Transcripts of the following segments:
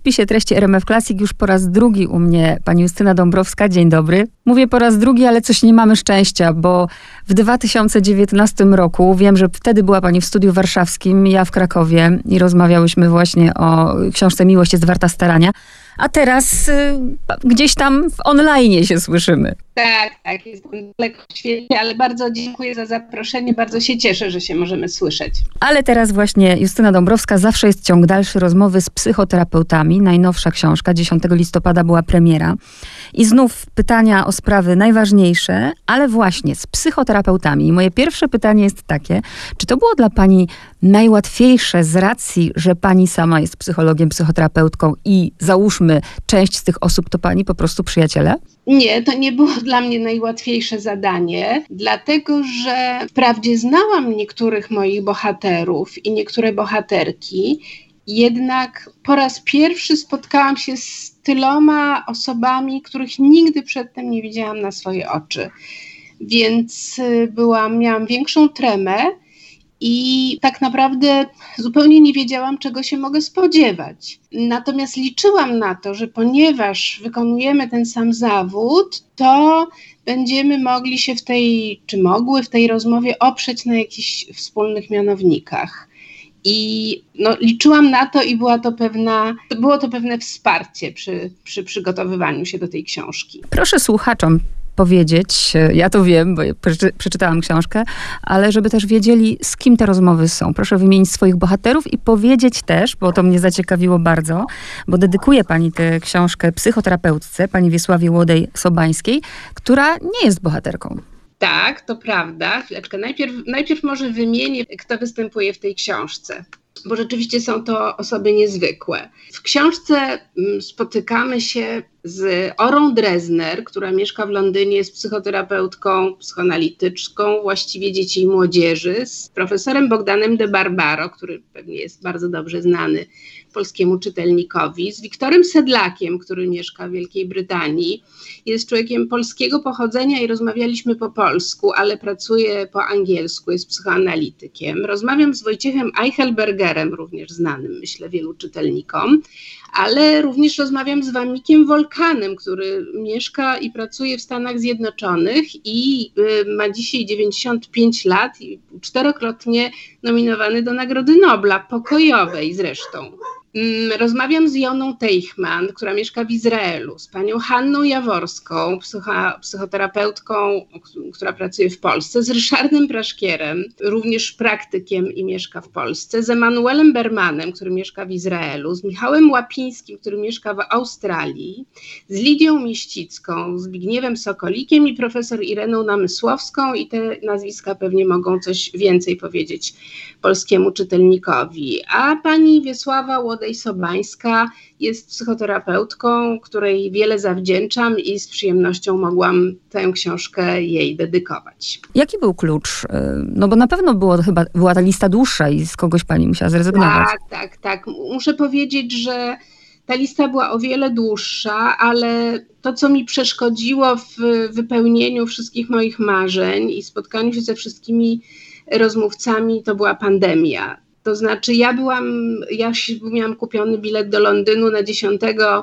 spisie treści RMF Classic już po raz drugi u mnie pani Justyna Dąbrowska. Dzień dobry. Mówię po raz drugi, ale coś nie mamy szczęścia, bo w 2019 roku, wiem, że wtedy była pani w Studiu Warszawskim, ja w Krakowie i rozmawiałyśmy właśnie o książce Miłość jest warta starania, a teraz gdzieś tam w online się słyszymy. Tak, jestem daleko w świecie, ale bardzo dziękuję za zaproszenie, bardzo się cieszę, że się możemy słyszeć. Ale teraz właśnie Justyna Dąbrowska, zawsze jest ciąg dalszy rozmowy z psychoterapeutami. Najnowsza książka, 10 listopada była premiera. I znów pytania o sprawy najważniejsze, ale właśnie z psychoterapeutami. I moje pierwsze pytanie jest takie, czy to było dla pani najłatwiejsze z racji, że pani sama jest psychologiem, psychoterapeutką i załóżmy, część z tych osób to pani po prostu przyjaciele? Nie, to nie było dla mnie najłatwiejsze zadanie, dlatego że wprawdzie znałam niektórych moich bohaterów i niektóre bohaterki, jednak po raz pierwszy spotkałam się z tyloma osobami, których nigdy przedtem nie widziałam na swoje oczy. Więc miałam większą tremę i tak naprawdę zupełnie nie wiedziałam, czego się mogę spodziewać. Natomiast liczyłam na to, że ponieważ wykonujemy ten sam zawód, to będziemy mogli się mogły w tej rozmowie oprzeć na jakichś wspólnych mianownikach. I liczyłam na to i było to pewne wsparcie przy przygotowywaniu się do tej książki. Proszę słuchaczom powiedzieć, ja to wiem, bo przeczytałam książkę, ale żeby też wiedzieli, z kim te rozmowy są. Proszę wymienić swoich bohaterów i powiedzieć też, bo to mnie zaciekawiło bardzo, bo dedykuje pani tę książkę psychoterapeutce, pani Wiesławie Łodej-Sobańskiej, która nie jest bohaterką. Tak, to prawda. Chwileczkę. Najpierw może wymienię, kto występuje w tej książce, bo rzeczywiście są to osoby niezwykłe. W książce spotykamy się z Orą Drezner, która mieszka w Londynie, jest psychoterapeutką, psychoanalityczką, właściwie dzieci i młodzieży, z profesorem Bogdanem de Barbaro, który pewnie jest bardzo dobrze znany polskiemu czytelnikowi, z Wiktorem Sedlakiem, który mieszka w Wielkiej Brytanii. Jest człowiekiem polskiego pochodzenia i rozmawialiśmy po polsku, ale pracuje po angielsku, jest psychoanalitykiem. Rozmawiam z Wojciechem Eichelbergerem, również znanym, myślę, wielu czytelnikom, ale również rozmawiam z Wamikiem Wolkanem, który mieszka i pracuje w Stanach Zjednoczonych i ma dzisiaj 95 lat i 4-krotnie nominowany do Nagrody Nobla, pokojowej zresztą. Rozmawiam z Joną Teichmann, która mieszka w Izraelu, z panią Hanną Jaworską, psychoterapeutką, która pracuje w Polsce, z Ryszardem Praszkierem, również praktykiem i mieszka w Polsce, z Emanuelem Bermanem, który mieszka w Izraelu, z Michałem Łapińskim, który mieszka w Australii, z Lidią Mieścicką, Zbigniewem Sokolikiem i profesor Ireną Namysłowską i te nazwiska pewnie mogą coś więcej powiedzieć polskiemu czytelnikowi. A pani Wiesława Łodej-Sobańska jest psychoterapeutką, której wiele zawdzięczam i z przyjemnością mogłam tę książkę jej dedykować. Jaki był klucz? No bo na pewno była ta lista dłuższa i z kogoś pani musiała zrezygnować. Tak. Muszę powiedzieć, że ta lista była o wiele dłuższa, ale to, co mi przeszkodziło w wypełnieniu wszystkich moich marzeń i spotkaniu się ze wszystkimi rozmówcami, to była pandemia. To znaczy ja miałam kupiony bilet do Londynu na 10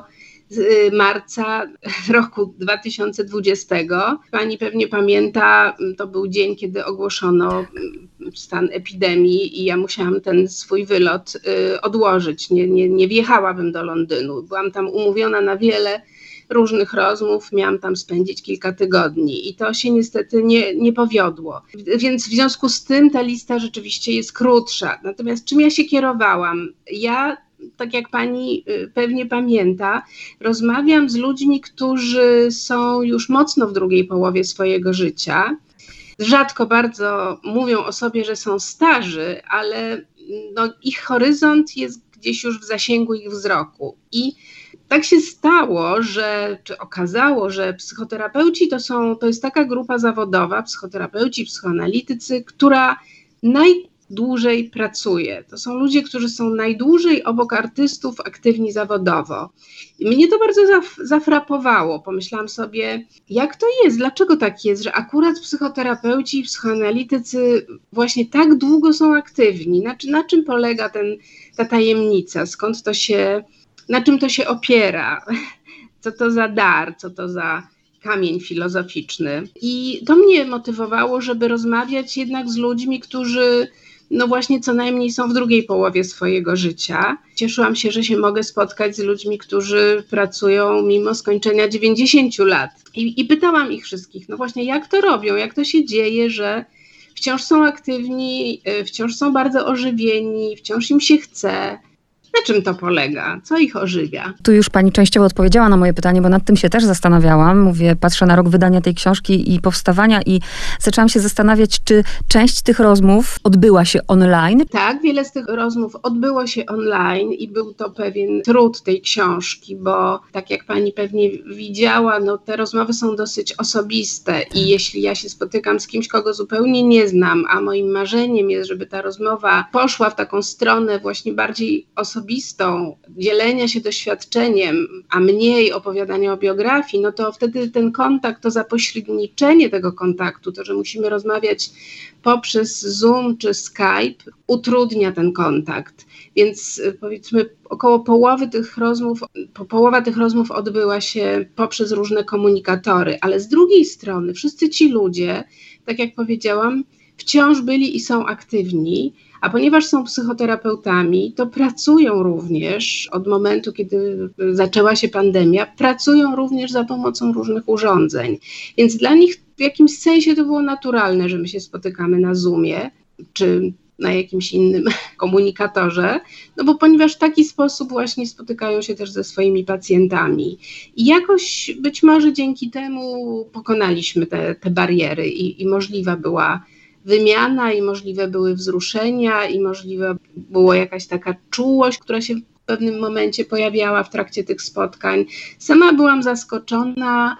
marca roku 2020. Pani pewnie pamięta, to był dzień, kiedy ogłoszono stan epidemii i ja musiałam ten swój wylot odłożyć. Nie wjechałabym do Londynu. Byłam tam umówiona na wiele różnych rozmów, miałam tam spędzić kilka tygodni i to się niestety nie powiodło. Więc w związku z tym ta lista rzeczywiście jest krótsza. Natomiast czym ja się kierowałam? Ja, tak jak pani pewnie pamięta, rozmawiam z ludźmi, którzy są już mocno w drugiej połowie swojego życia. Rzadko bardzo mówią o sobie, że są starzy, ale ich horyzont jest gdzieś już w zasięgu ich wzroku. I tak się stało, czy okazało, że psychoterapeuci to jest taka grupa zawodowa, psychoterapeuci, psychoanalitycy, która najdłużej pracuje. To są ludzie, którzy są najdłużej obok artystów aktywni zawodowo. I mnie to bardzo zafrapowało. Pomyślałam sobie, jak to jest, dlaczego tak jest, że akurat psychoterapeuci i psychoanalitycy właśnie tak długo są aktywni. Na czym polega ta tajemnica, skąd to się na czym to się opiera, co to za dar, co to za kamień filozoficzny. I to mnie motywowało, żeby rozmawiać jednak z ludźmi, którzy no właśnie co najmniej są w drugiej połowie swojego życia. Cieszyłam się, że się mogę spotkać z ludźmi, którzy pracują mimo skończenia 90 lat. I pytałam ich wszystkich, no właśnie jak to robią, jak to się dzieje, że wciąż są aktywni, wciąż są bardzo ożywieni, wciąż im się chce. Na czym to polega? Co ich ożywia? Tu już pani częściowo odpowiedziała na moje pytanie, bo nad tym się też zastanawiałam. Mówię, patrzę na rok wydania tej książki i powstawania i zaczęłam się zastanawiać, czy część tych rozmów odbyła się online. Tak, wiele z tych rozmów odbyło się online i był to pewien trud tej książki, bo tak jak pani pewnie widziała, no te rozmowy są dosyć osobiste i jeśli ja się spotykam z kimś, kogo zupełnie nie znam, a moim marzeniem jest, żeby ta rozmowa poszła w taką stronę właśnie bardziej osobistą, dzielenia się doświadczeniem, a mniej opowiadania o biografii, no to wtedy ten kontakt, to zapośredniczenie tego kontaktu, to, że musimy rozmawiać poprzez Zoom czy Skype, utrudnia ten kontakt. Więc powiedzmy około połowa tych rozmów odbyła się poprzez różne komunikatory, ale z drugiej strony wszyscy ci ludzie, tak jak powiedziałam, wciąż byli i są aktywni, a ponieważ są psychoterapeutami, to pracują również od momentu, kiedy zaczęła się pandemia, pracują również za pomocą różnych urządzeń. Więc dla nich w jakimś sensie to było naturalne, że my się spotykamy na Zoomie, czy na jakimś innym komunikatorze, no bo ponieważ w taki sposób właśnie spotykają się też ze swoimi pacjentami. I jakoś być może dzięki temu pokonaliśmy te bariery i możliwa była wymiana i możliwe były wzruszenia i możliwa była jakaś taka czułość, która się w pewnym momencie pojawiała w trakcie tych spotkań. Sama byłam zaskoczona,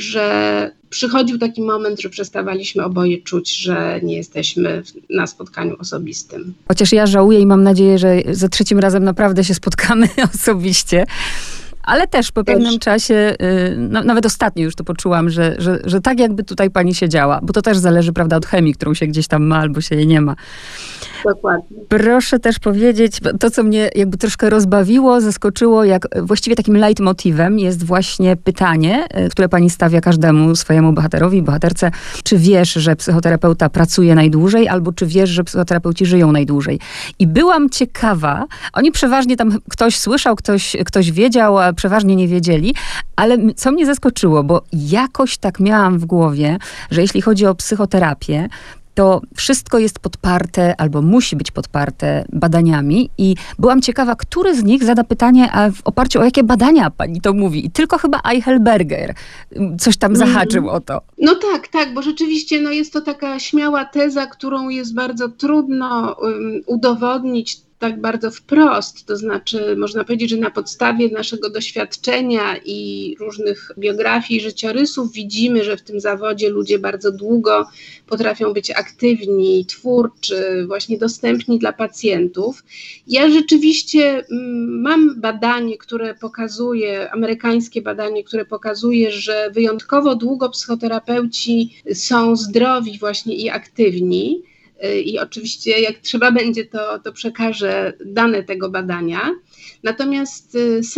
że przychodził taki moment, że przestawaliśmy oboje czuć, że nie jesteśmy na spotkaniu osobistym. Chociaż ja żałuję i mam nadzieję, że za trzecim razem naprawdę się spotkamy osobiście. Ale też po pewnym czasie, nawet ostatnio już to poczułam, że tak jakby tutaj pani siedziała, bo to też zależy, prawda, od chemii, którą się gdzieś tam ma albo się jej nie ma. Dokładnie. Proszę też powiedzieć, to co mnie jakby troszkę rozbawiło, zaskoczyło, jak właściwie takim leitmotywem jest właśnie pytanie, które pani stawia każdemu swojemu bohaterowi, bohaterce, czy wiesz, że psychoterapeuta pracuje najdłużej, albo czy wiesz, że psychoterapeuci żyją najdłużej. I byłam ciekawa, oni przeważnie tam ktoś słyszał, ktoś wiedział, a przeważnie nie wiedzieli, ale co mnie zaskoczyło, bo jakoś tak miałam w głowie, że jeśli chodzi o psychoterapię, to wszystko jest podparte albo musi być podparte badaniami i byłam ciekawa, który z nich zada pytanie, a w oparciu o jakie badania pani to mówi. I tylko chyba Eichelberger coś tam zahaczył o to. No tak, bo rzeczywiście jest to taka śmiała teza, którą jest bardzo trudno udowodnić tak bardzo wprost, to znaczy można powiedzieć, że na podstawie naszego doświadczenia i różnych biografii, życiorysów widzimy, że w tym zawodzie ludzie bardzo długo potrafią być aktywni, twórczy, właśnie dostępni dla pacjentów. Ja rzeczywiście mam badanie, które pokazuje, amerykańskie badanie, które pokazuje, że wyjątkowo długo psychoterapeuci są zdrowi właśnie i aktywni. I oczywiście jak trzeba będzie, to przekażę dane tego badania. Natomiast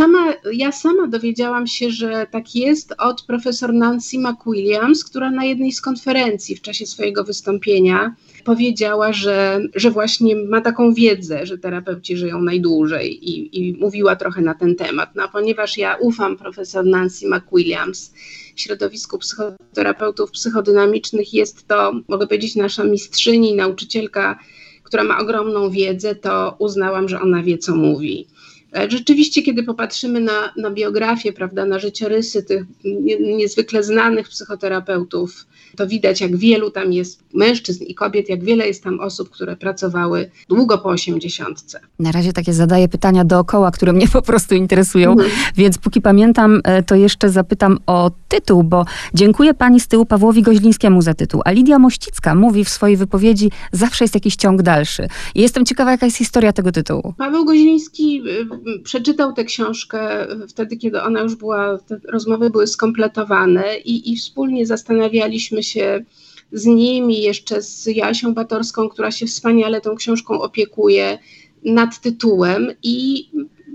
ja sama dowiedziałam się, że tak jest od profesor Nancy McWilliams, która na jednej z konferencji w czasie swojego wystąpienia powiedziała, że właśnie ma taką wiedzę, że terapeuci żyją najdłużej i mówiła trochę na ten temat. No a ponieważ ja ufam profesor Nancy McWilliams, środowisku psychoterapeutów psychodynamicznych, jest to, mogę powiedzieć, nasza mistrzyni, nauczycielka, która ma ogromną wiedzę, to uznałam, że ona wie, co mówi. Rzeczywiście, kiedy popatrzymy na biografię, prawda, na życiorysy tych niezwykle znanych psychoterapeutów, to widać, jak wielu tam jest mężczyzn i kobiet, jak wiele jest tam osób, które pracowały długo po 80. Na razie takie zadaję pytania dookoła, które mnie po prostu interesują, więc póki pamiętam, to jeszcze zapytam o tytuł, bo dziękuję pani z tyłu Pawłowi Goźlińskiemu za tytuł, a Lidia Mościcka mówi w swojej wypowiedzi, zawsze jest jakiś ciąg dalszy. I jestem ciekawa, jaka jest historia tego tytułu. Paweł Goźliński przeczytał tę książkę wtedy, kiedy ona już była, te rozmowy były skompletowane i wspólnie zastanawialiśmy się z nim i jeszcze z Jasią Batorską, która się wspaniale tą książką opiekuje, nad tytułem i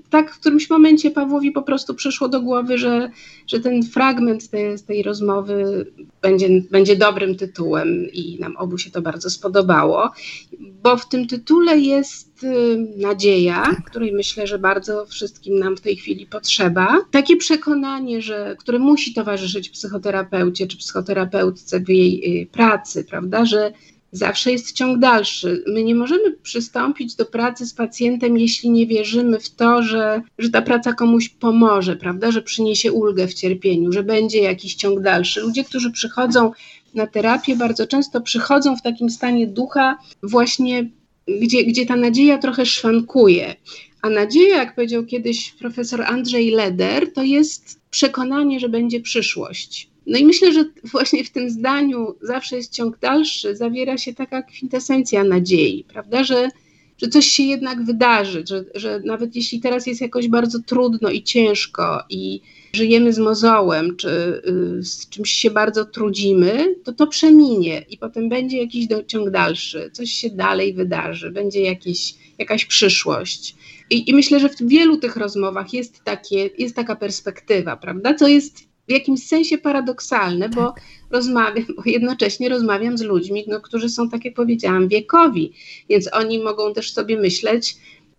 tak w którymś momencie Pawłowi po prostu przyszło do głowy, że ten fragment z tej rozmowy będzie dobrym tytułem i nam obu się to bardzo spodobało, bo w tym tytule jest nadzieja, której myślę, że bardzo wszystkim nam w tej chwili potrzeba. Takie przekonanie, które musi towarzyszyć psychoterapeucie czy psychoterapeutce w jej pracy, prawda, że zawsze jest ciąg dalszy. My nie możemy przystąpić do pracy z pacjentem, jeśli nie wierzymy w to, że ta praca komuś pomoże, prawda, że przyniesie ulgę w cierpieniu, że będzie jakiś ciąg dalszy. Ludzie, którzy przychodzą na terapię, bardzo często przychodzą w takim stanie ducha właśnie, gdzie ta nadzieja trochę szwankuje. A nadzieja, jak powiedział kiedyś profesor Andrzej Leder, to jest przekonanie, że będzie przyszłość. No i myślę, że właśnie w tym zdaniu zawsze jest ciąg dalszy, zawiera się taka kwintesencja nadziei, prawda, że coś się jednak wydarzy, że nawet jeśli teraz jest jakoś bardzo trudno i ciężko i żyjemy z mozołem, czy z czymś się bardzo trudzimy, to przeminie i potem będzie jakiś ciąg dalszy, coś się dalej wydarzy, będzie jakaś przyszłość. I myślę, że w wielu tych rozmowach jest taka perspektywa, prawda, co jest w jakimś sensie paradoksalne, bo jednocześnie rozmawiam z ludźmi, którzy są, tak jak powiedziałam, wiekowi, więc oni mogą też sobie myśleć,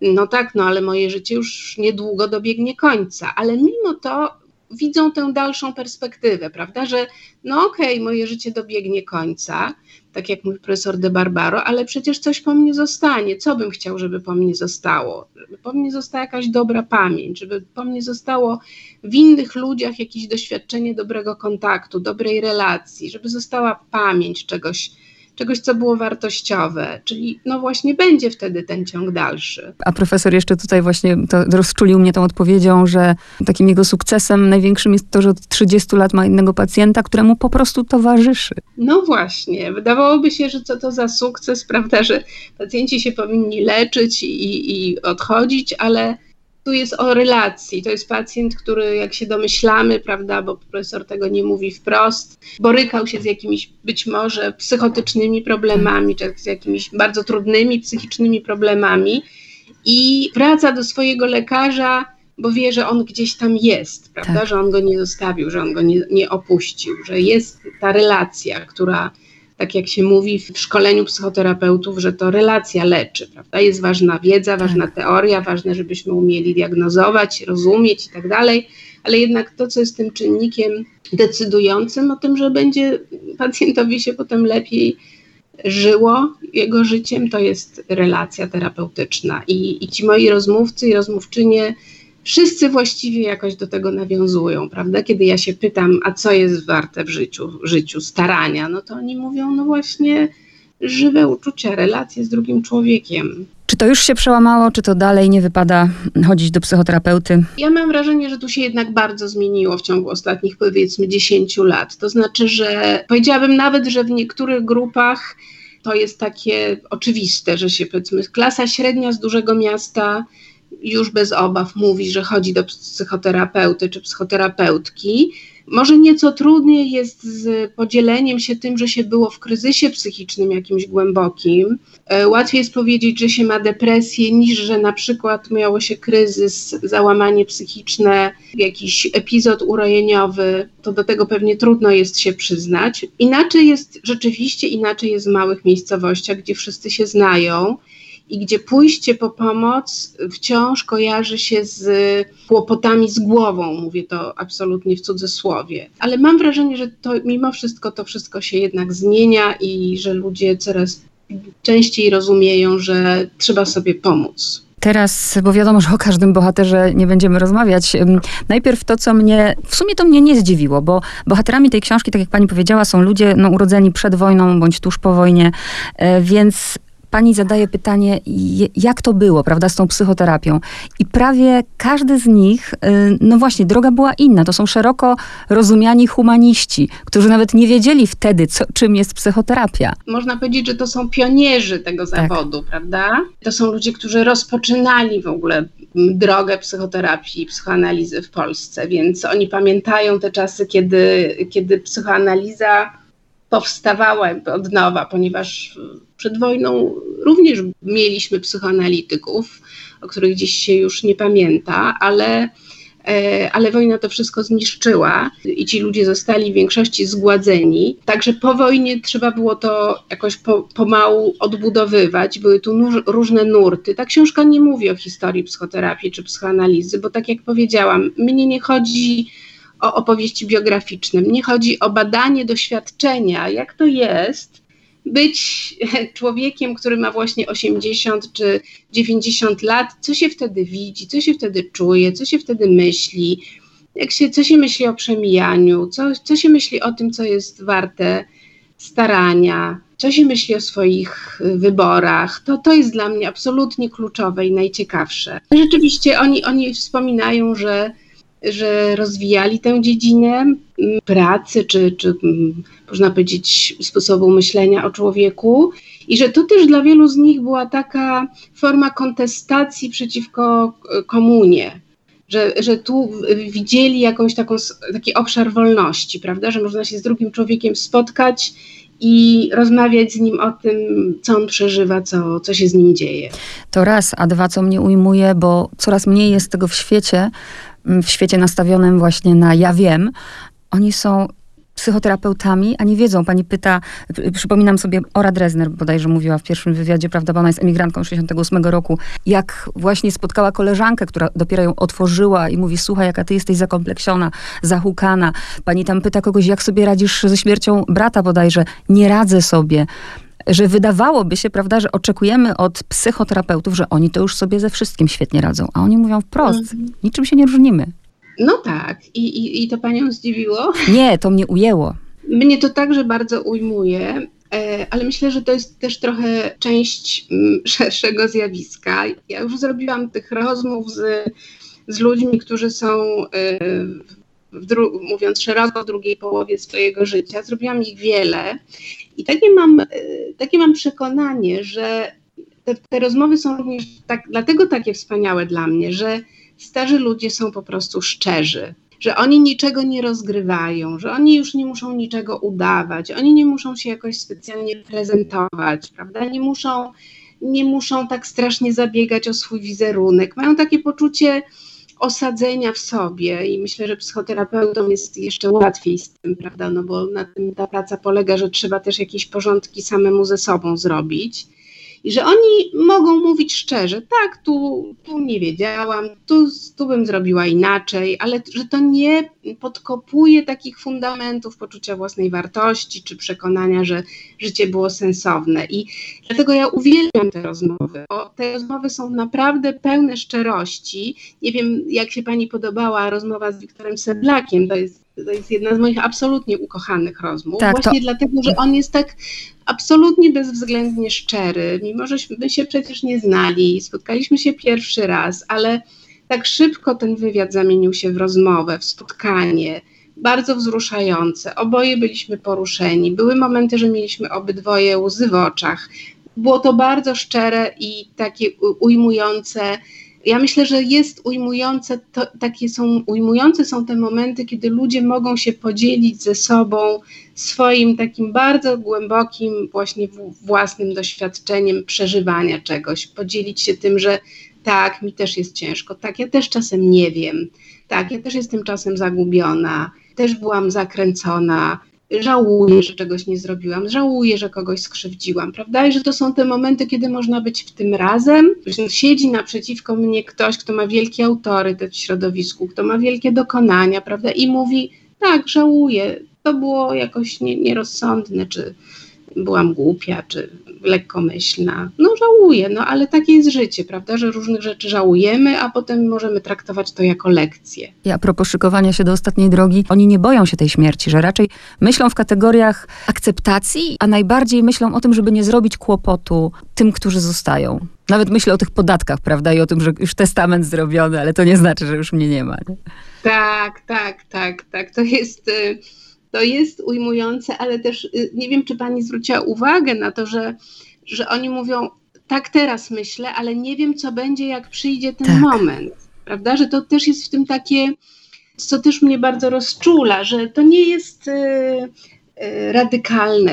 ale moje życie już niedługo dobiegnie końca, ale mimo to widzą tę dalszą perspektywę, prawda, że moje życie dobiegnie końca, tak jak mówi profesor de Barbaro, ale przecież coś po mnie zostanie. Co bym chciał, żeby po mnie zostało? Żeby po mnie została jakaś dobra pamięć, żeby po mnie zostało w innych ludziach jakieś doświadczenie dobrego kontaktu, dobrej relacji, żeby została pamięć czegoś, co było wartościowe, czyli właśnie będzie wtedy ten ciąg dalszy. A profesor jeszcze tutaj właśnie to rozczulił mnie tą odpowiedzią, że takim jego sukcesem największym jest to, że od 30 lat ma innego pacjenta, któremu po prostu towarzyszy. No właśnie, wydawałoby się, że co to za sukces, prawda, że pacjenci się powinni leczyć i odchodzić, ale tu jest o relacji. To jest pacjent, który, jak się domyślamy, prawda, bo profesor tego nie mówi wprost, borykał się z jakimiś być może psychotycznymi problemami, czy z jakimiś bardzo trudnymi psychicznymi problemami i wraca do swojego lekarza, bo wie, że on gdzieś tam jest, prawda, tak, że on go nie zostawił, że on go nie opuścił, że jest ta relacja, która, tak jak się mówi w szkoleniu psychoterapeutów, że to relacja leczy, prawda? Jest ważna wiedza, ważna teoria, ważne, żebyśmy umieli diagnozować, rozumieć i tak dalej, ale jednak to, co jest tym czynnikiem decydującym o tym, że będzie pacjentowi się potem lepiej żyło jego życiem, to jest relacja terapeutyczna. I ci moi rozmówcy i rozmówczynie wszyscy właściwie jakoś do tego nawiązują, prawda? Kiedy ja się pytam, a co jest warte w życiu starania, to oni mówią, właśnie żywe uczucia, relacje z drugim człowiekiem. Czy to już się przełamało, czy to dalej nie wypada chodzić do psychoterapeuty? Ja mam wrażenie, że tu się jednak bardzo zmieniło w ciągu ostatnich, powiedzmy, 10 lat. To znaczy, że powiedziałabym nawet, że w niektórych grupach to jest takie oczywiste, że się, powiedzmy, klasa średnia z dużego miasta już bez obaw mówi, że chodzi do psychoterapeuty czy psychoterapeutki. Może nieco trudniej jest z podzieleniem się tym, że się było w kryzysie psychicznym jakimś głębokim. Łatwiej jest powiedzieć, że się ma depresję, niż że na przykład miało się kryzys, załamanie psychiczne, jakiś epizod urojeniowy. To do tego pewnie trudno jest się przyznać. Rzeczywiście inaczej jest w małych miejscowościach, gdzie wszyscy się znają i gdzie pójście po pomoc wciąż kojarzy się z kłopotami z głową, mówię to absolutnie w cudzysłowie. Ale mam wrażenie, że to mimo wszystko to wszystko się jednak zmienia i że ludzie coraz częściej rozumieją, że trzeba sobie pomóc. Teraz, bo wiadomo, że o każdym bohaterze nie będziemy rozmawiać. Najpierw to, co w sumie to mnie nie zdziwiło, bo bohaterami tej książki, tak jak pani powiedziała, są ludzie urodzeni przed wojną bądź tuż po wojnie, więc pani zadaje pytanie, jak to było, prawda, z tą psychoterapią. I prawie każdy z nich, właśnie, droga była inna. To są szeroko rozumiani humaniści, którzy nawet nie wiedzieli wtedy, czym jest psychoterapia. Można powiedzieć, że to są pionierzy tego zawodu, prawda? To są ludzie, którzy rozpoczynali w ogóle drogę psychoterapii i psychoanalizy w Polsce, więc oni pamiętają te czasy, kiedy psychoanaliza powstawała od nowa, ponieważ przed wojną również mieliśmy psychoanalityków, o których dziś się już nie pamięta, ale wojna to wszystko zniszczyła i ci ludzie zostali w większości zgładzeni. Także po wojnie trzeba było to jakoś pomału odbudowywać. Były tu różne nurty. Ta książka nie mówi o historii psychoterapii czy psychoanalizy, bo tak jak powiedziałam, mnie nie chodzi o opowieści biograficzne, mnie chodzi o badanie doświadczenia, jak to jest być człowiekiem, który ma właśnie 80 czy 90 lat, co się wtedy widzi, co się wtedy czuje, co się wtedy myśli, co się myśli o przemijaniu, co się myśli o tym, co jest warte starania, co się myśli o swoich wyborach. To jest dla mnie absolutnie kluczowe i najciekawsze. Rzeczywiście oni wspominają, że rozwijali tę dziedzinę pracy, czy można powiedzieć sposobu myślenia o człowieku i że to też dla wielu z nich była taka forma kontestacji przeciwko komunie, że tu widzieli taki obszar wolności, prawda, że można się z drugim człowiekiem spotkać i rozmawiać z nim o tym, co on przeżywa, co się z nim dzieje. To raz, a dwa, co mnie ujmuje, bo coraz mniej jest tego w świecie nastawionym właśnie na ja wiem. Oni są psychoterapeutami, a nie wiedzą. Pani pyta, przypominam sobie, Ora Drezner bodajże mówiła w pierwszym wywiadzie, prawda, bo ona jest emigrantką 68 roku, jak właśnie spotkała koleżankę, która dopiero ją otworzyła i mówi, słuchaj, jaka ty jesteś zakompleksiona, zahukana. Pani tam pyta kogoś, jak sobie radzisz ze śmiercią brata bodajże. Nie radzę sobie. Że wydawałoby się, prawda, że oczekujemy od psychoterapeutów, że oni to już sobie ze wszystkim świetnie radzą. A oni mówią wprost, niczym się nie różnimy. No tak. I to panią zdziwiło? Nie, to mnie ujęło. Mnie to także bardzo ujmuje, ale myślę, że to jest też trochę część szerszego zjawiska. Ja już zrobiłam tych rozmów z ludźmi, którzy są, mówiąc szeroko, w drugiej połowie swojego życia. Zrobiłam ich wiele i takie mam przekonanie, że te rozmowy są również dlatego takie wspaniałe dla mnie, że starzy ludzie są po prostu szczerzy, że oni niczego nie rozgrywają, że oni już nie muszą niczego udawać, oni nie muszą się jakoś specjalnie prezentować, prawda? Nie muszą tak strasznie zabiegać o swój wizerunek. Mają takie poczucie osadzenia w sobie i myślę, że psychoterapeutom jest jeszcze łatwiej z tym, prawda? No bo na tym ta praca polega, że trzeba też jakieś porządki samemu ze sobą zrobić. I że oni mogą mówić szczerze, tak, tu nie wiedziałam, tu bym zrobiła inaczej, ale że to nie podkopuje takich fundamentów poczucia własnej wartości, czy przekonania, że życie było sensowne. I dlatego ja uwielbiam te rozmowy, bo te rozmowy są naprawdę pełne szczerości. Nie wiem, jak się pani podobała rozmowa z Wiktorem Seblakiem, to jest jedna z moich absolutnie ukochanych rozmów. Tak, właśnie dlatego, że on jest tak absolutnie bezwzględnie szczery, mimo żeśmy się przecież nie znali, spotkaliśmy się pierwszy raz, ale tak szybko ten wywiad zamienił się w rozmowę, w spotkanie, bardzo wzruszające. Oboje byliśmy poruszeni. Były momenty, że mieliśmy obydwoje łzy w oczach. Było to bardzo szczere i takie ujmujące. Ja myślę, że jest ujmujące, ujmujące są te momenty, kiedy ludzie mogą się podzielić ze sobą swoim takim bardzo głębokim właśnie własnym doświadczeniem przeżywania czegoś. Podzielić się tym, że tak, mi też jest ciężko, tak, ja też czasem nie wiem, tak, ja też jestem czasem zagubiona, też byłam zakręcona, żałuję, że czegoś nie zrobiłam, żałuję, że kogoś skrzywdziłam, prawda? I że to są te momenty, kiedy można być w tym razem. Siedzi naprzeciwko mnie ktoś, kto ma wielki autorytet w środowisku, kto ma wielkie dokonania, prawda? I mówi, tak, żałuję, to było jakoś nierozsądne, czy byłam głupia, czy lekkomyślna. No żałuję, no ale takie jest życie, prawda, że różnych rzeczy żałujemy, a potem możemy traktować to jako lekcję. I a propos szykowania się do ostatniej drogi, oni nie boją się tej śmierci, że raczej myślą w kategoriach akceptacji, a najbardziej myślą o tym, żeby nie zrobić kłopotu tym, którzy zostają. Nawet myślę o tych podatkach, prawda, i o tym, że już testament zrobiony, ale to nie znaczy, że już mnie nie ma. Nie? Tak. To jest ujmujące, ale też nie wiem, czy pani zwróciła uwagę na to, że oni mówią, tak teraz myślę, ale nie wiem, co będzie, jak przyjdzie ten moment. Prawda? Że to też jest w tym takie, co też mnie bardzo rozczula, że to nie jest radykalne,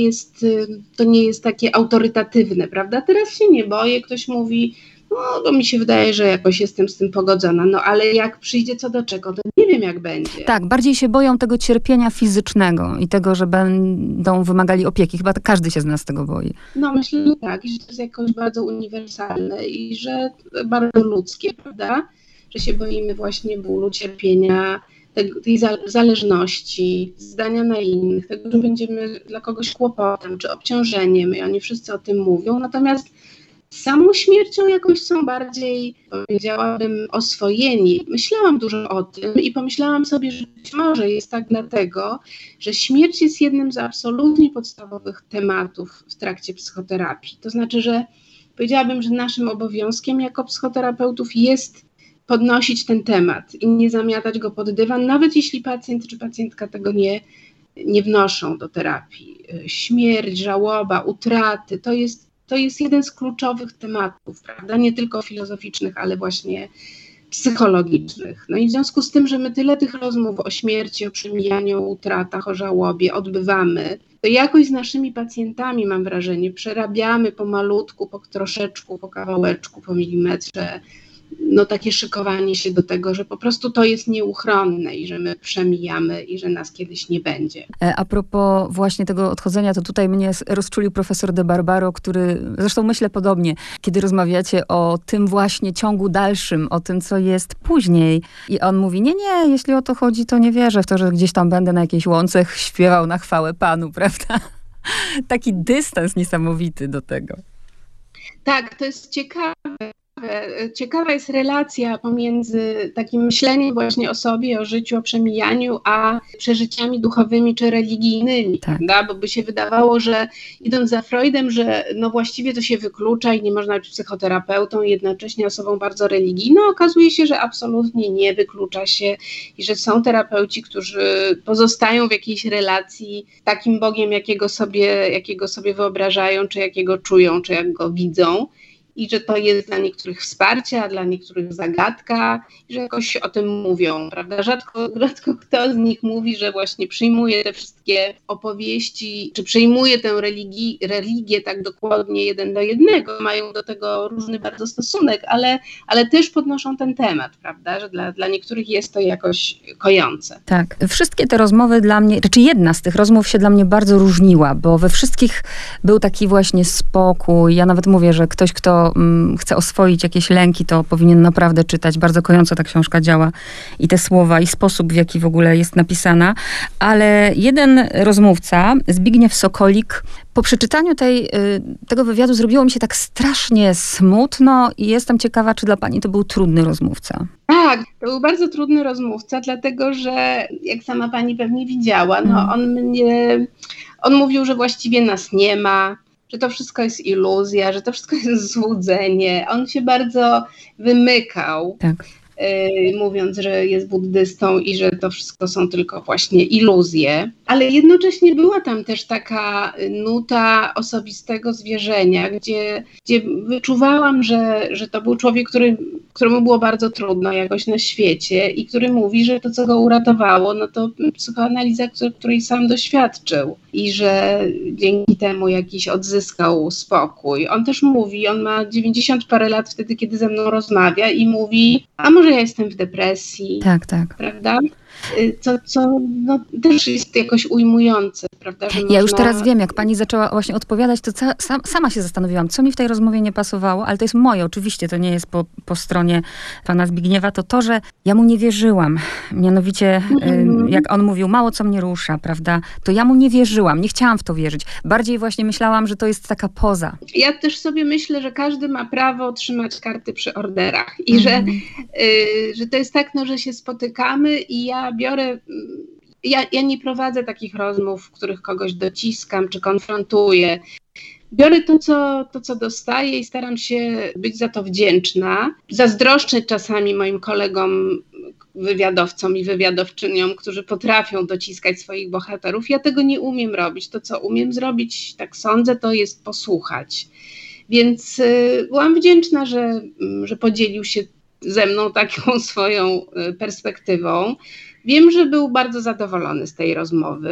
to nie jest takie autorytatywne, prawda? Teraz się nie boję, ktoś mówi, no bo mi się wydaje, że jakoś jestem z tym pogodzona, no ale jak przyjdzie co do czego, to nie wiem jak będzie. Tak, bardziej się boją tego cierpienia fizycznego i tego, że będą wymagali opieki. Chyba każdy się z nas tego boi. No myślę, że tak, i że to jest jakoś bardzo uniwersalne i że bardzo ludzkie, prawda? Że się boimy właśnie bólu, cierpienia, tej zależności, zdania na innych, tego, że będziemy dla kogoś kłopotem czy obciążeniem i oni wszyscy o tym mówią, natomiast z samą śmiercią jakoś są bardziej, powiedziałabym, oswojeni. Myślałam dużo o tym i pomyślałam sobie, że być może jest tak dlatego, że śmierć jest jednym z absolutnie podstawowych tematów w trakcie psychoterapii. To znaczy, że powiedziałabym, że naszym obowiązkiem jako psychoterapeutów jest podnosić ten temat i nie zamiatać go pod dywan, nawet jeśli pacjent czy pacjentka tego nie wnoszą do terapii. Śmierć, żałoba, utraty, to jest jeden z kluczowych tematów, prawda? Nie tylko filozoficznych, ale właśnie psychologicznych. No i w związku z tym, że my tyle tych rozmów o śmierci, o przemijaniu, o utratach, o żałobie odbywamy, to jakoś z naszymi pacjentami, mam wrażenie, przerabiamy pomalutku, po troszeczku, po kawałeczku, po milimetrze, no takie szykowanie się do tego, że po prostu to jest nieuchronne i że my przemijamy i że nas kiedyś nie będzie. A propos właśnie tego odchodzenia, to tutaj mnie rozczulił profesor De Barbaro, który, zresztą myślę podobnie, kiedy rozmawiacie o tym właśnie ciągu dalszym, o tym, co jest później. I on mówi, nie, jeśli o to chodzi, to nie wierzę w to, że gdzieś tam będę na jakiejś łące śpiewał na chwałę Panu, prawda? Taki dystans niesamowity do tego. Tak, to jest ciekawe. Ciekawa jest relacja pomiędzy takim myśleniem właśnie o sobie, o życiu, o przemijaniu, a przeżyciami duchowymi czy religijnymi, tak. Prawda? Bo by się wydawało, że idąc za Freudem, że no właściwie to się wyklucza i nie można być psychoterapeutą i jednocześnie osobą bardzo religijną. Okazuje się, że absolutnie nie wyklucza się i że są terapeuci, którzy pozostają w jakiejś relacji z takim Bogiem, jakiego sobie wyobrażają, czy jakiego czują, czy jak go widzą. I że to jest dla niektórych wsparcie, a dla niektórych zagadka, i że jakoś o tym mówią, prawda? Rzadko kto z nich mówi, że właśnie przyjmuje te wszystkie opowieści, czy przyjmuje tę religię tak dokładnie 1:1, mają do tego różny bardzo stosunek, ale też podnoszą ten temat, prawda? Że dla niektórych jest to jakoś kojące. Tak. Wszystkie te rozmowy dla mnie, czy jedna z tych rozmów się dla mnie bardzo różniła, bo we wszystkich był taki właśnie spokój. Ja nawet mówię, że ktoś, kto chce oswoić jakieś lęki, to powinien naprawdę czytać. Bardzo kojąco ta książka działa i te słowa, i sposób, w jaki w ogóle jest napisana. Ale jeden rozmówca, Zbigniew Sokolik, po przeczytaniu tego wywiadu zrobiło mi się tak strasznie smutno i jestem ciekawa, czy dla pani to był trudny rozmówca. Tak, to był bardzo trudny rozmówca, dlatego że, jak sama pani pewnie widziała, on mówił, że właściwie nas nie ma, że to wszystko jest iluzja, że to wszystko jest złudzenie. On się bardzo wymykał, tak. Mówiąc, że jest buddystą i że to wszystko są tylko właśnie iluzje. Ale jednocześnie była tam też taka nuta osobistego zwierzenia, gdzie wyczuwałam, że to był człowiek, któremu było bardzo trudno jakoś na świecie i który mówi, że to, co go uratowało, no to psychoanaliza, której sam doświadczył i że dzięki temu jakiś odzyskał spokój. On też mówi, on ma 90 parę lat wtedy, kiedy ze mną rozmawia i mówi, a może ja jestem w depresji, tak. Prawda? Co też jest jakoś ujmujące, prawda? Że ja już teraz wiem, jak pani zaczęła właśnie odpowiadać, to sama się zastanowiłam, co mi w tej rozmowie nie pasowało, ale to jest moje, oczywiście, to nie jest po stronie pana Zbigniewa, to, że ja mu nie wierzyłam. Mianowicie, jak on mówił, mało co mnie rusza, prawda? To ja mu nie wierzyłam, nie chciałam w to wierzyć. Bardziej właśnie myślałam, że to jest taka poza. Ja też sobie myślę, że każdy ma prawo otrzymać karty przy orderach i że to jest tak, że się spotykamy i ja nie prowadzę takich rozmów, w których kogoś dociskam czy konfrontuję. Biorę to, co dostaję i staram się być za to wdzięczna. Zazdroszczę czasami moim kolegom, wywiadowcom i wywiadowczyniom, którzy potrafią dociskać swoich bohaterów. Ja tego nie umiem robić. To, co umiem zrobić, tak sądzę, to jest posłuchać. Więc byłam wdzięczna, że podzielił się ze mną taką swoją perspektywą. Wiem, że był bardzo zadowolony z tej rozmowy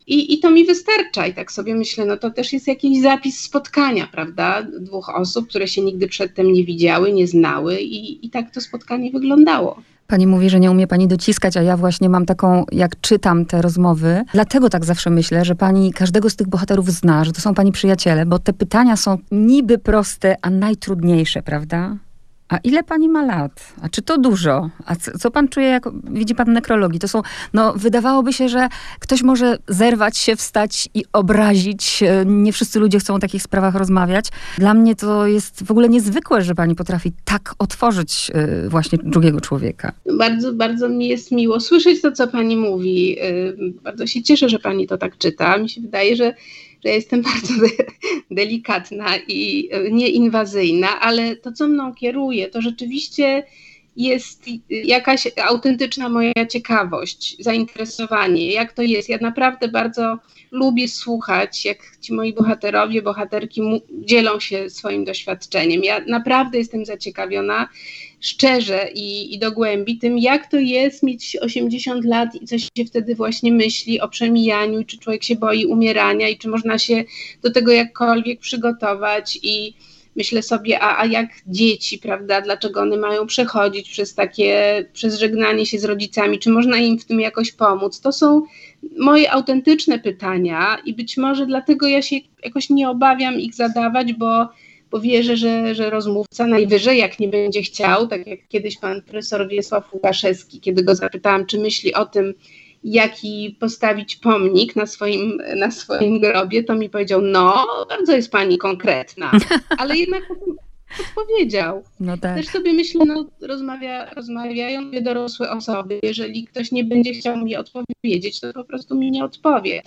I to mi wystarcza. I tak sobie myślę, no to też jest jakiś zapis spotkania, prawda? 2 osób, które się nigdy przedtem nie widziały, nie znały i tak to spotkanie wyglądało. Pani mówi, że nie umie pani dociskać, a ja właśnie mam taką, jak czytam te rozmowy, dlatego tak zawsze myślę, że pani każdego z tych bohaterów zna, że to są pani przyjaciele, bo te pytania są niby proste, a najtrudniejsze, prawda? A ile pani ma lat? A czy to dużo? A co pan czuje, jak widzi pan nekrologii? To są, no wydawałoby się, że ktoś może zerwać się, wstać i obrazić. Nie wszyscy ludzie chcą o takich sprawach rozmawiać. Dla mnie to jest w ogóle niezwykłe, że pani potrafi tak otworzyć właśnie drugiego człowieka. Bardzo, bardzo mi jest miło słyszeć to, co pani mówi. Bardzo się cieszę, że pani to tak czyta. Mi się wydaje, że ja jestem bardzo delikatna i nieinwazyjna, ale to, co mną kieruje, to rzeczywiście jest jakaś autentyczna moja ciekawość, zainteresowanie, jak to jest. Ja naprawdę bardzo lubię słuchać, jak ci moi bohaterowie, bohaterki dzielą się swoim doświadczeniem. Ja naprawdę jestem zaciekawiona szczerze i do głębi tym, jak to jest mieć 80 lat i co się wtedy właśnie myśli o przemijaniu, i czy człowiek się boi umierania i czy można się do tego jakkolwiek przygotować. I myślę sobie, a jak dzieci, prawda, dlaczego one mają przechodzić przez żegnanie się z rodzicami, czy można im w tym jakoś pomóc? To są moje autentyczne pytania i być może dlatego ja się jakoś nie obawiam ich zadawać, bo wierzę, że rozmówca najwyżej, jak nie będzie chciał, tak jak kiedyś pan profesor Wiesław Łukaszewski, kiedy go zapytałam, czy myśli o tym, jaki postawić pomnik na swoim grobie, to mi powiedział, no, bardzo jest pani konkretna, ale jednak odpowiedział. No tak. Też sobie myślę, no, rozmawiają dwie dorosłe osoby, jeżeli ktoś nie będzie chciał mi odpowiedzieć, to po prostu mi nie odpowie.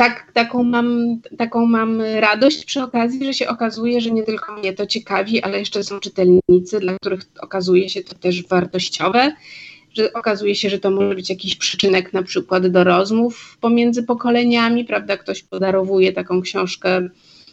Taką mam radość przy okazji, że się okazuje, że nie tylko mnie to ciekawi, ale jeszcze są czytelnicy, dla których okazuje się to też wartościowe, że okazuje się, że to może być jakiś przyczynek na przykład do rozmów pomiędzy pokoleniami, prawda, ktoś podarowuje taką książkę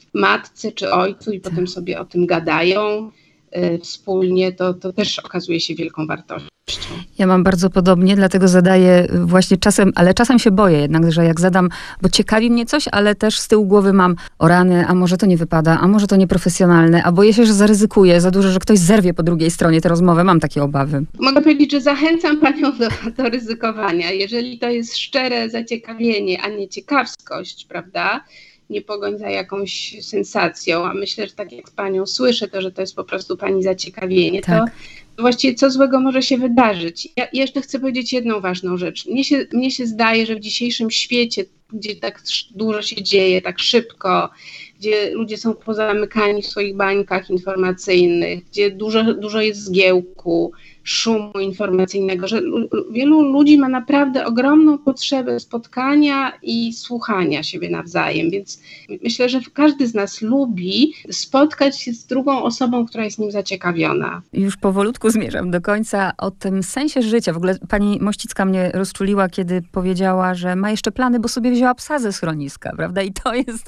matce czy ojcu i potem sobie o tym gadają wspólnie, to też okazuje się wielką wartością. Ja mam bardzo podobnie, dlatego zadaję właśnie czasem, ale czasem się boję jednak, że jak zadam, bo ciekawi mnie coś, ale też z tyłu głowy mam o rany, a może to nie wypada, a może to nieprofesjonalne, a boję się, że zaryzykuję za dużo, że ktoś zerwie po drugiej stronie tę rozmowę. Mam takie obawy. Mogę powiedzieć, że zachęcam panią do ryzykowania. Jeżeli to jest szczere zaciekawienie, a nie ciekawskość, prawda? Nie pogoń za jakąś sensacją, a myślę, że tak jak z panią słyszę, to, że to jest po prostu pani zaciekawienie, tak. To właściwie co złego może się wydarzyć. Ja jeszcze chcę powiedzieć jedną ważną rzecz. Mnie się zdaje, że w dzisiejszym świecie, gdzie tak dużo się dzieje, tak szybko, gdzie ludzie są pozamykani w swoich bańkach informacyjnych, gdzie dużo jest zgiełku, szumu informacyjnego, że wielu ludzi ma naprawdę ogromną potrzebę spotkania i słuchania siebie nawzajem, więc myślę, że każdy z nas lubi spotkać się z drugą osobą, która jest nim zaciekawiona. Już powolutku zmierzam do końca. O tym sensie życia. W ogóle pani Mościcka mnie rozczuliła, kiedy powiedziała, że ma jeszcze plany, bo sobie wzięła psa ze schroniska, prawda? I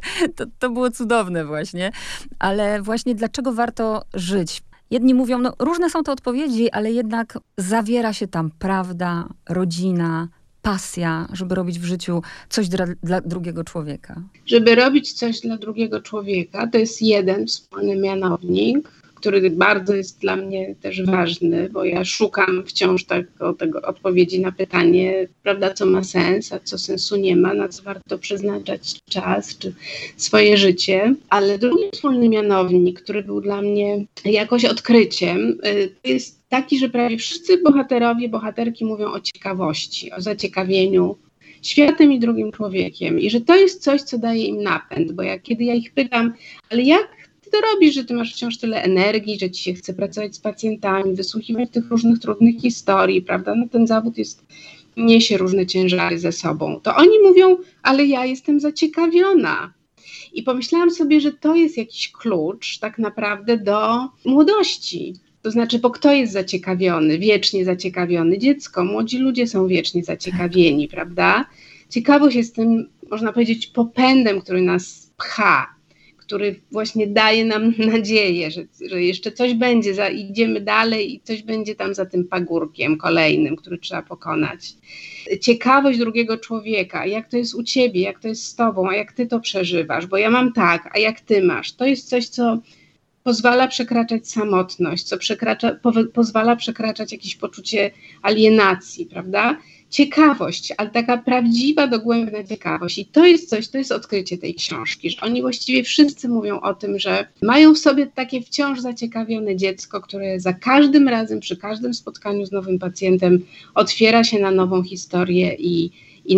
to było cudowne właśnie. Ale właśnie dlaczego warto żyć? Jedni mówią, no różne są te odpowiedzi, ale jednak zawiera się tam prawda, rodzina, pasja, żeby robić w życiu coś dla drugiego człowieka. Żeby robić coś dla drugiego człowieka, to jest jeden wspólny mianownik, który bardzo jest dla mnie też ważny, bo ja szukam wciąż tego odpowiedzi na pytanie, prawda, co ma sens, a co sensu nie ma, na co warto przeznaczać czas, czy swoje życie. Ale drugi wspólny mianownik, który był dla mnie jakoś odkryciem, jest taki, że prawie wszyscy bohaterowie, bohaterki mówią o ciekawości, o zaciekawieniu światem i drugim człowiekiem i że to jest coś, co daje im napęd, bo kiedy ja ich pytam, ale jak ty to robisz, że ty masz wciąż tyle energii, że ci się chce pracować z pacjentami, wysłuchiwać tych różnych trudnych historii, prawda? No ten zawód niesie różne ciężary ze sobą. To oni mówią, ale ja jestem zaciekawiona. I pomyślałam sobie, że to jest jakiś klucz tak naprawdę do młodości. To znaczy, bo kto jest zaciekawiony, wiecznie zaciekawiony? Dziecko, młodzi ludzie są wiecznie zaciekawieni, prawda? Ciekawość jest tym, można powiedzieć, popędem, który nas pcha, który właśnie daje nam nadzieję, że jeszcze coś będzie, idziemy dalej i coś będzie tam za tym pagórkiem kolejnym, który trzeba pokonać. Ciekawość drugiego człowieka, jak to jest u ciebie, jak to jest z tobą, a jak ty to przeżywasz, bo ja mam tak, a jak ty masz. To jest coś, co pozwala przekraczać samotność, co pozwala przekraczać jakieś poczucie alienacji, prawda? Ciekawość, ale taka prawdziwa, dogłębna ciekawość. I to jest coś, to jest odkrycie tej książki, że oni właściwie wszyscy mówią o tym, że mają w sobie takie wciąż zaciekawione dziecko, które za każdym razem, przy każdym spotkaniu z nowym pacjentem otwiera się na nową historię i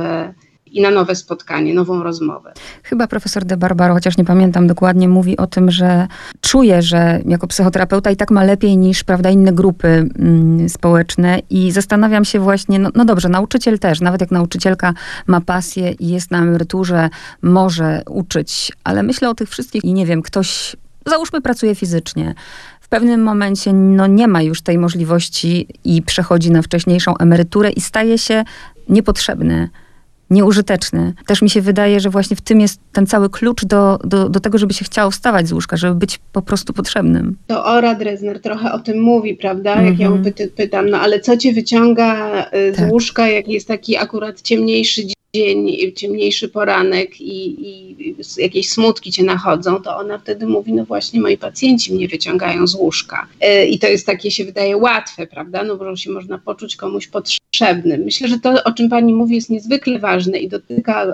na nowe spotkanie, nową rozmowę. Chyba profesor De Barbaro, chociaż nie pamiętam dokładnie, mówi o tym, że czuje, że jako psychoterapeuta i tak ma lepiej niż, prawda, inne grupy społeczne i zastanawiam się właśnie, no dobrze, nauczyciel też, nawet jak nauczycielka ma pasję i jest na emeryturze, może uczyć, ale myślę o tych wszystkich i nie wiem, ktoś, załóżmy, pracuje fizycznie, w pewnym momencie nie ma już tej możliwości i przechodzi na wcześniejszą emeryturę i staje się niepotrzebny, nieużyteczny. Też mi się wydaje, że właśnie w tym jest ten cały klucz do tego, żeby się chciało wstawać z łóżka, żeby być po prostu potrzebnym. To Ora Drezner trochę o tym mówi, prawda? Jak ja ją pytam, ale co cię wyciąga z łóżka, jak jest taki akurat ciemniejszy dzień, ciemniejszy poranek i jakieś smutki cię nachodzą, to ona wtedy mówi, no właśnie moi pacjenci mnie wyciągają z łóżka. I to jest takie, się wydaje, łatwe, prawda? No bo się można poczuć komuś potrzebnym. Myślę, że to, o czym pani mówi, jest niezwykle ważne i dotyka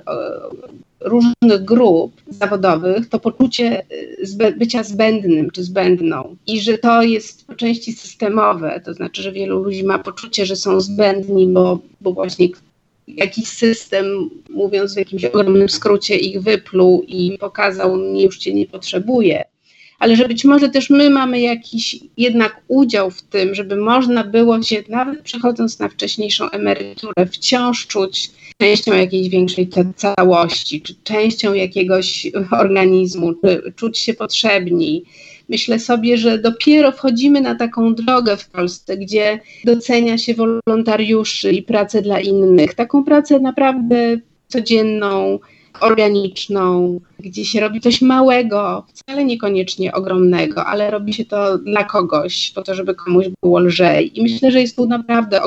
różnych grup zawodowych, to poczucie bycia zbędnym czy zbędną i że to jest po części systemowe, to znaczy, że wielu ludzi ma poczucie, że są zbędni, bo właśnie jakiś system, mówiąc w jakimś ogromnym skrócie, ich wypluł i pokazał, mnie już cię nie potrzebuje. Ale że być może też my mamy jakiś jednak udział w tym, żeby można było się, nawet przechodząc na wcześniejszą emeryturę, wciąż czuć częścią jakiejś większej całości, czy częścią jakiegoś organizmu, czy czuć się potrzebni. Myślę sobie, że dopiero wchodzimy na taką drogę w Polsce, gdzie docenia się wolontariuszy i pracę dla innych. Taką pracę naprawdę codzienną, organiczną, gdzie się robi coś małego, wcale niekoniecznie ogromnego, ale robi się to dla kogoś, po to, żeby komuś było lżej. I myślę, że jest tu naprawdę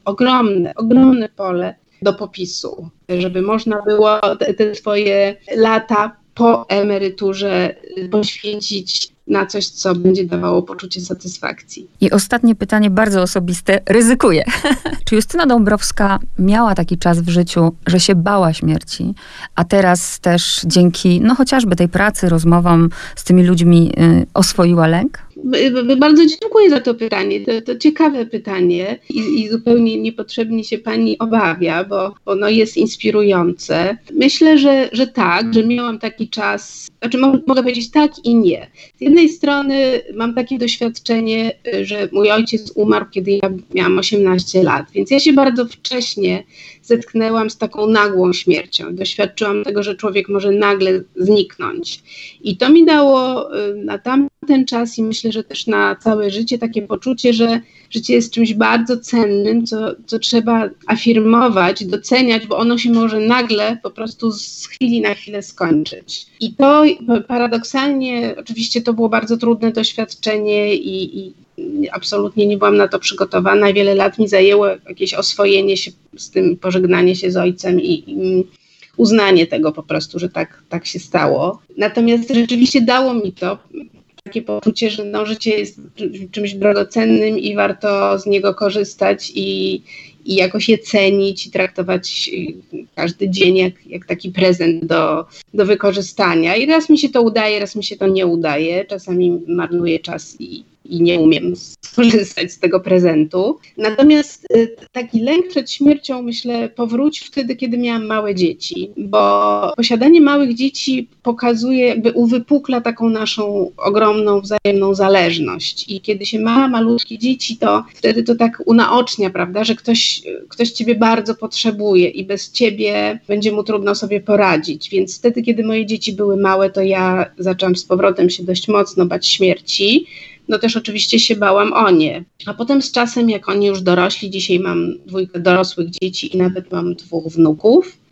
ogromne pole do popisu, żeby można było te swoje lata po emeryturze poświęcić na coś, co będzie dawało poczucie satysfakcji. I ostatnie pytanie, bardzo osobiste, ryzykuję. Czy Justyna Dąbrowska miała taki czas w życiu, że się bała śmierci, a teraz też dzięki, chociażby tej pracy, rozmowom z tymi ludźmi oswoiła lęk? Bardzo dziękuję za to pytanie. To ciekawe pytanie i zupełnie niepotrzebnie się pani obawia, bo ono jest inspirujące. Myślę, że tak, że miałam taki czas, znaczy mogę powiedzieć tak i nie. Z jednej strony mam takie doświadczenie, że mój ojciec umarł, kiedy ja miałam 18 lat, więc ja się bardzo wcześnie zetknęłam z taką nagłą śmiercią. Doświadczyłam tego, że człowiek może nagle zniknąć. I to mi dało na tamten czas i myślę, że też na całe życie takie poczucie, że życie jest czymś bardzo cennym, co trzeba afirmować, doceniać, bo ono się może nagle po prostu z chwili na chwilę skończyć. I to paradoksalnie, oczywiście to było bardzo trudne doświadczenie i absolutnie nie byłam na to przygotowana. Wiele lat mi zajęło jakieś oswojenie się z tym, pożegnanie się z ojcem i uznanie tego po prostu, że tak się stało. Natomiast rzeczywiście dało mi to takie poczucie, że życie jest czymś drogocennym i warto z niego korzystać i jakoś je cenić i traktować każdy dzień jak taki prezent do wykorzystania. I raz mi się to udaje, raz mi się to nie udaje. Czasami marnuję czas i nie umiem skorzystać z tego prezentu. Natomiast taki lęk przed śmiercią, myślę, powrócił wtedy, kiedy miałam małe dzieci, bo posiadanie małych dzieci pokazuje, jakby uwypukla taką naszą ogromną wzajemną zależność. I kiedy się ma malutkie dzieci, to wtedy to tak unaocznia, prawda, że ktoś ciebie bardzo potrzebuje i bez ciebie będzie mu trudno sobie poradzić. Więc wtedy, kiedy moje dzieci były małe, to ja zaczęłam z powrotem się dość mocno bać śmierci. No też oczywiście się bałam o nie. A potem z czasem, jak oni już dorośli, dzisiaj mam 2 dorosłych dzieci i nawet mam 2 wnuków,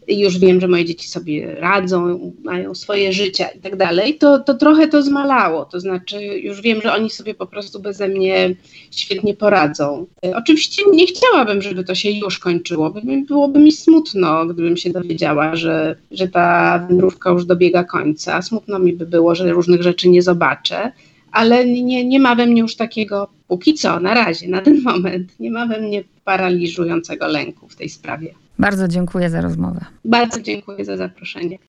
już wiem, że moje dzieci sobie radzą, mają swoje życia i tak dalej, to trochę to zmalało. To znaczy już wiem, że oni sobie po prostu beze mnie świetnie poradzą. Oczywiście nie chciałabym, żeby to się już kończyło. Byłoby mi smutno, gdybym się dowiedziała, że ta wędrówka już dobiega końca. Smutno mi by było, że różnych rzeczy nie zobaczę, ale nie ma we mnie już takiego, póki co, na razie, na ten moment, nie ma we mnie paraliżującego lęku w tej sprawie. Bardzo dziękuję za rozmowę. Bardzo dziękuję za zaproszenie.